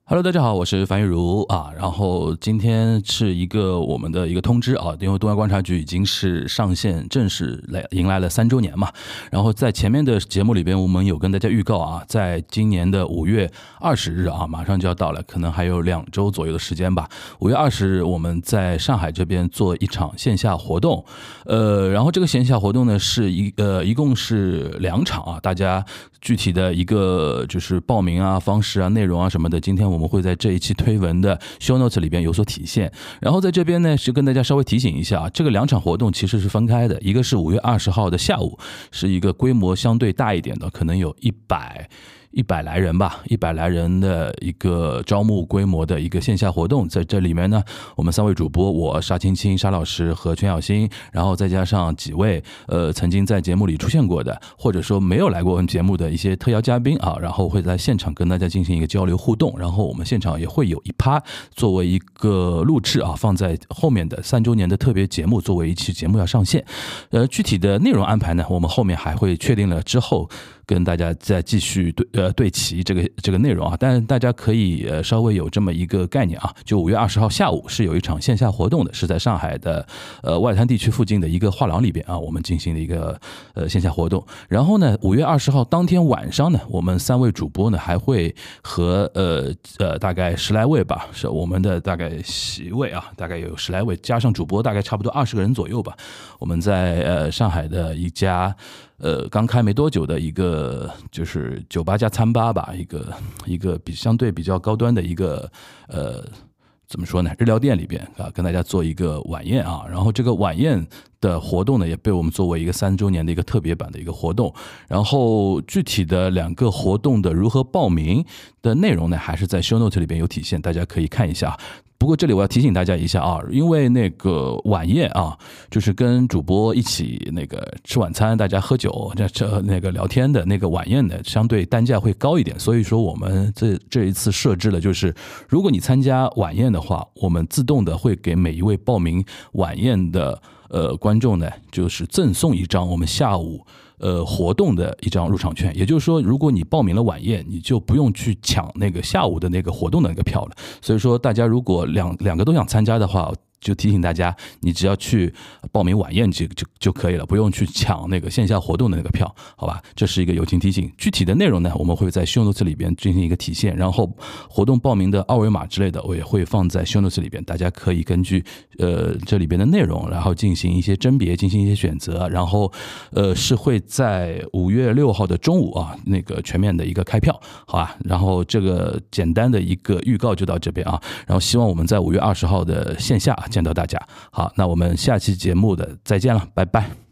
Hello，大家好，我是樊玉茹啊。然后今天是我们的一个通知啊，因为东亚观察局已经是上线正式迎来了3周年嘛。然后在前面的节目里边，我们有跟大家预告啊，在今年的5月20日啊，马上就要到了，可能还有2周左右的时间吧。5月20日，我们在上海这边做一场线下活动，然后这个线下活动呢是一共是2场啊，大家具体的一个就是报名啊、方式啊、内容啊什么的，今天我们会在这一期推文的 show notes 里边有所体现。然后在这边呢，是跟大家稍微提醒一下，这个2场活动其实是分开的，一个是5月20号的下午，是一个规模相对大一点的，可能有100来人吧，100来人的一个招募规模的一个线下活动。在这里面呢，我们3位主播，我沙青青、沙老师和全小新，然后再加上几位曾经在节目里出现过的，或者说没有来过我们节目的一些特邀嘉宾啊，然后会在现场跟大家进行一个交流互动。然后我们现场也会有一趴作为一个录制啊，放在后面的3周年的特别节目，作为一期节目要上线。具体的内容安排呢，我们后面还会确定了之后跟大家再继续对齐这个内容啊，但是大家可以稍微有这么一个概念啊，就5月20号下午是有一场线下活动的，是在上海的外滩地区附近的一个画廊里边啊，我们进行的一个线下活动。然后呢，5月20号当天晚上呢，我们3位主播呢还会和大概10来位吧，是我们的大概席位啊，大概有10来位，加上主播大概差不多20个人左右吧。我们在上海的一家刚开没多久的一个就是酒吧加餐吧吧，一个相对比较高端的一个怎么说呢，日料店里边啊，跟大家做一个晚宴啊。然后这个晚宴的活动呢，也被我们作为一个3周年的一个特别版的一个活动。然后具体的2个活动的如何报名的内容呢，还是在 show note 里边有体现，大家可以看一下。不过这里我要提醒大家一下啊，因为那个晚宴啊，就是跟主播一起那个吃晚餐，大家喝酒那个聊天的那个晚宴呢，相对单价会高一点，所以说我们这一次设置了，就是如果你参加晚宴的话，我们自动的会给每一位报名晚宴的观众呢，就是赠送一张我们下午活动的一张入场券。也就是说，如果你报名了晚宴，你就不用去抢那个下午的那个活动的那个票了。所以说，大家如果两个都想参加的话，就提醒大家，你只要去报名晚宴就可以了，不用去抢那个线下活动的那个票，好吧？这是一个友情提醒。具体的内容呢，我们会在 show notes 里边进行一个体现，然后活动报名的二维码之类的，我也会放在 show notes 里边，大家可以根据这里边的内容，然后进行一些甄别，进行一些选择，然后是会在5月6号的中午啊，那个全面的一个开票，好吧？然后这个简单的一个预告就到这边啊，然后希望我们在5月20号的线下见到大家。好，那我们下期节目的再见了，拜拜。